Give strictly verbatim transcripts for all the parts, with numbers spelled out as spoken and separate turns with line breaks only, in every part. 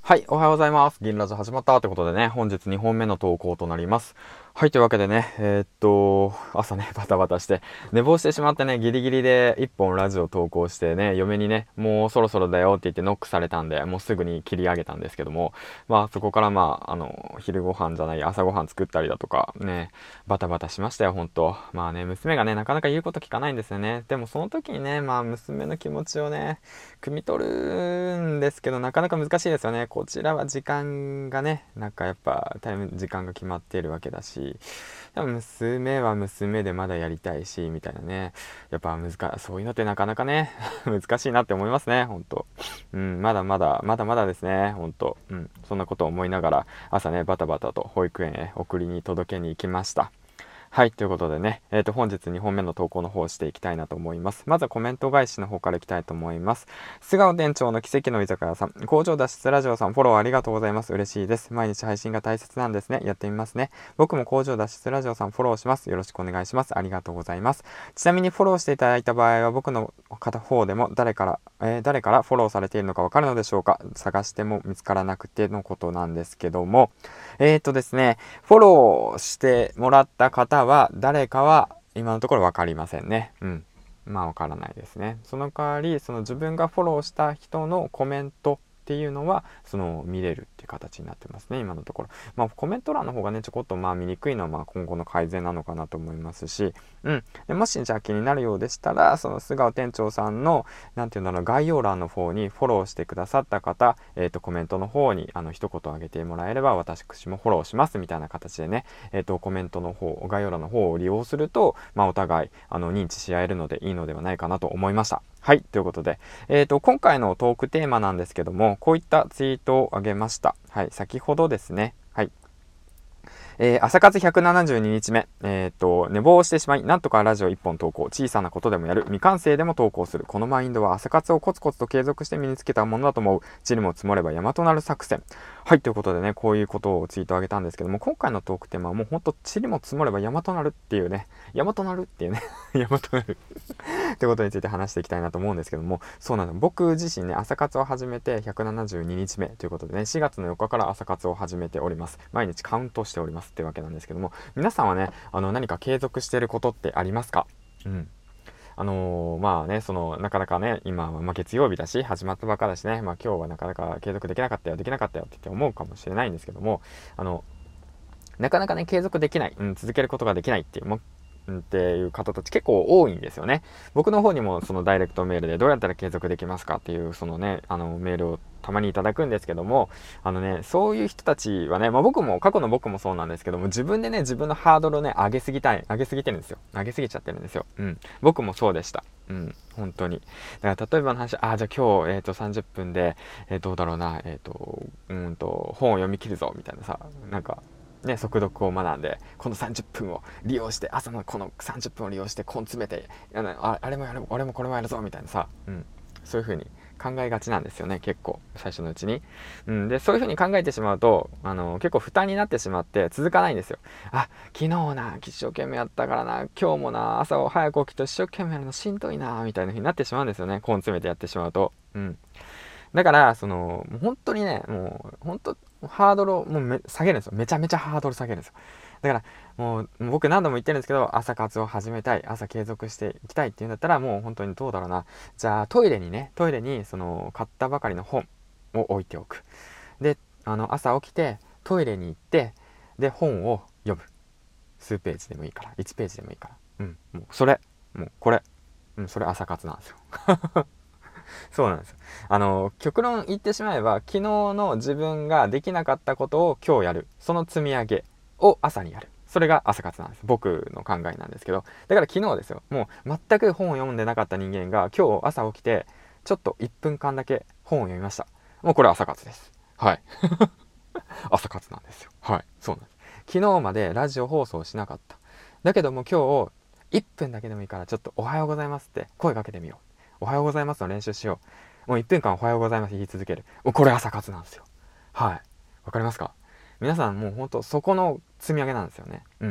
はい、おはようございます。銀ラジ始まったってことでね、本日にほんめの投稿となります。はい、というわけでね、えーっと、朝ね、バタバタして、寝坊してしまってね、ギリギリでいっぽんラジオ投稿してね、嫁にね、もうそろそろだよって言ってノックされたんで、もうすぐに切り上げたんですけども、まあそこからまあ、あの、昼ご飯じゃない、朝ご飯作ったりだとか、ね、バタバタしましたよ、ほんと。まあね、娘がね、なかなか言うこと聞かないんですよね。でもその時にね、まあ娘の気持ちをね、汲み取るんですけど、なかなか難しいですよね。こちらは時間がね、なんかやっぱタイム、時間が決まっているわけだし、でも娘は娘でまだやりたいし、みたいなね。やっぱ難しい、そういうのってなかなかね、難しいなって思いますね、ほんと。うん、まだまだ、まだまだですね、ほんと。うん、そんなことを思いながら、朝ね、バタバタと保育園へ送りに届けに行きました。はい、ということでね、えっ、と、本日にほんめの投稿の方をしていきたいなと思います。まずはコメント返しの方からいきたいと思います。素顔店長の奇跡の居酒屋さん、工場脱出ラジオさん、フォローありがとうございます。嬉しいです。毎日配信が大切なんですね。やってみますね。僕も工場脱出ラジオさん、フォローします。よろしくお願いします。ありがとうございます。ちなみにフォローしていただいた場合は、僕の片方でも誰から、えー誰からフォローされているのかわかるのでしょうか。探しても見つからなくてのことなんですけども、えーとですね、フォローしてもらった方は誰かは今のところ分かりませんね。うん。まあ分からないですね。その代わり、その自分がフォローした人のコメントっていうのは、その見れるっていう形になってますね、今のところ。まあコメント欄の方がね、ちょこっとまあ見にくいのはまあ今後の改善なのかなと思いますし、うん。でもしじゃあ気になるようでしたら、その素顔店長さんの、なんていうんだろう、概要欄の方にフォローしてくださった方、えっと、コメントの方に、あの、一言あげてもらえれば、私もフォローしますみたいな形でね、えっと、コメントの方、概要欄の方を利用すると、まあ、お互い、あの、認知し合えるのでいいのではないかなと思いました。はい、ということで、えっと、今回のトークテーマなんですけども、こういったツイートをあげました。はい、先ほどですね、はい。えー、朝活ひゃくななじゅうににちめ、えー、と、寝坊してしまい、なんとかラジオいっぽん投稿、小さなことでもやる、未完成でも投稿する。このマインドは朝活をコツコツと継続して身につけたものだと思う。塵も積もれば山となる作戦。はい、ということでね、こういうことをツイートをあげたんですけども、今回のトークテーマはもうほんと、塵も積もれば山となるっていうね、山となるっていうね、山となるってことについて話していきたいなと思うんですけども、そうなの、僕自身ね、朝活を始めてひゃくななじゅうににちめということでね、しがつのよっかから朝活を始めております。毎日カウントしておりますっていうわけなんですけども、皆さんはね、あの、何か継続していることってありますか？うん。あのー、まあね、その、なかなかね、今はまあ月曜日だし、始まったばっかだしね、まあ今日はなかなか継続できなかったよ、できなかったよって言って思うかもしれないんですけども、あの、なかなかね、継続できない、うん、続けることができないっていう、もうんっていう方たち結構多いんですよね。僕の方にもそのダイレクトメールでどうやったら継続できますかっていうそのね、あのメールをたまにいただくんですけども、あのね、そういう人たちはね、まあ僕も、過去の僕もそうなんですけども、自分でね、自分のハードルをね、上げすぎたい、上げすぎてるんですよ。上げすぎちゃってるんですよ。うん。僕もそうでした。うん、本当に。だから例えばの話、あ、じゃあ今日、えっ、と、さんじゅっぷんで、えー、どうだろうな、えっ、と、うんと、本を読み切るぞ、みたいなさ、なんか、ね、速読を学んで、このさんじゅっぷんを利用して、朝のこのさんじゅっぷんを利用して、根詰めて、ああれもやる、俺もこれもやるぞ、みたいなさ、うん、そういう風に考えがちなんですよね、結構、最初のうちに。うん、で、そういう風に考えてしまうと、あの、結構負担になってしまって続かないんですよ。あ、昨日な、一生懸命やったからな、今日もな、朝を早く起きて一生懸命やるのしんどいな、みたいな風になってしまうんですよね、根詰めてやってしまうと。うん。だから、その、もう本当にね、もう、本当、ハードルをもうめ下げるんですよ。めちゃめちゃハードル下げるんですよ。だから、もう、僕何度も言ってるんですけど、朝活を始めたい、朝継続していきたいっていうんだったら、もう本当にどうだろうな。じゃあ、トイレにね、トイレに、その、買ったばかりの本を置いておく。で、あの、朝起きて、トイレに行って、で、本を読む。数ページでもいいから、いちページでもいいから。うん、もう、それ、もう、これ、うん、それ朝活なんですよ。そうなんですよ。あの、極論言ってしまえば、昨日の自分ができなかったことを今日やる。その積み上げを朝にやる。それが朝活なんです。僕の考えなんですけど。だから昨日ですよ。もう全く本を読んでなかった人間が今日朝起きて、ちょっといっぷんかんだけ本を読みました。もうこれ朝活です。はい。朝活なんですよ。はい。そうなんです。昨日までラジオ放送しなかった。だけども今日、いっぷんだけでもいいからちょっとおはようございますって声かけてみよう。おはようございますの練習しよう。もういっぷんかんおはようございます言い続ける。もうこれ朝活なんですよ。はい。わかりますか？皆さんもうほんとそこの積み上げなんですよね。うん。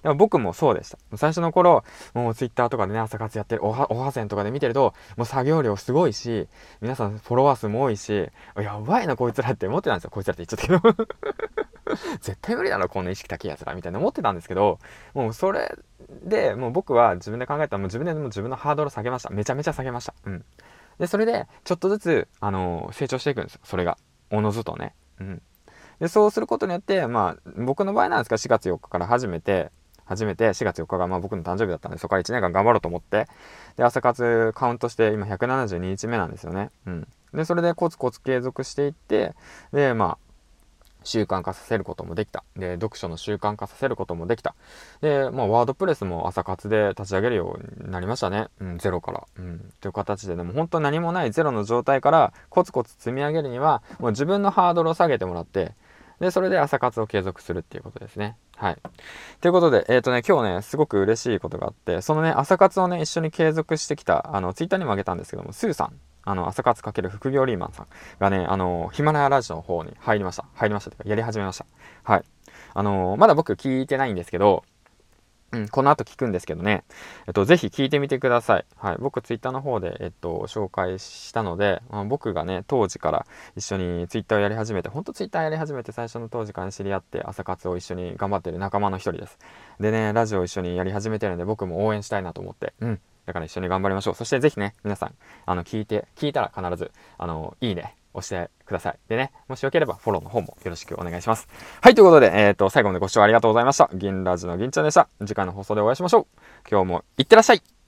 でも僕もそうでした。最初の頃、もうツイッターとかでね、朝活やってる、おは、おはせんとかで見てると、もう作業量すごいし、皆さんフォロワー数も多いし、やばいなこいつらって思ってたんですよ。こいつらって言っちゃったけど。絶対無理だろ、こんな意識高いやつら、みたいな思ってたんですけど、もうそれで、もう僕は自分で考えたら、もう自分でもう自分のハードル下げました。めちゃめちゃ下げました。うん。で、それで、ちょっとずつ、あのー成長していくんですよ。それが。おのずとね。うん。で、そうすることによって、まあ、僕の場合なんですが、しがつよっかから始めて、初めてしがつよっかがまあ僕の誕生日だったんで、そこからいちねんかん頑張ろうと思って、で、朝活カウントして今ひゃくななじゅうににちめなんですよね。うん。で、それでコツコツ継続していって、で、まあ、習慣化させることもできた。で、読書の習慣化させることもできた。で、まあ、ワードプレスも朝活で立ち上げるようになりましたね。うん、ゼロから。うん、という形で、でも本当に何もないゼロの状態からコツコツ積み上げるには、もう自分のハードルを下げてもらって、で、それで朝活を継続するっていうことですね。はい。ということで、えっとね、今日ね、すごく嬉しいことがあって、そのね、朝活をね、一緒に継続してきた、あの、ツイッターにもあげたんですけども、スーさん。あの、朝活かける副業リーマンさんがね、あの、ヒマラヤラジオの方に入りました。入りましたというか、やり始めました。はい。あの、まだ僕聞いてないんですけど、うん、この後聞くんですけどね、えっと、ぜひ聞いてみてください。はい。僕、ツイッターの方で、えっと、紹介したので、まあ、僕がね、当時から一緒にツイッターをやり始めて、ほんとツイッターやり始めて最初の当時から知り合って、朝活を一緒に頑張ってる仲間の一人です。でね、ラジオを一緒にやり始めてるんで、僕も応援したいなと思って、うん。だから一緒に頑張りましょう。そしてぜひね、皆さん、あの、聞いて、聞いたら必ず、あの、いいね、押してください。でね、もしよければフォローの方もよろしくお願いします。はい、ということで、えっと、最後までご視聴ありがとうございました。銀ラジの銀ちゃんでした。次回の放送でお会いしましょう。今日もいってらっしゃい。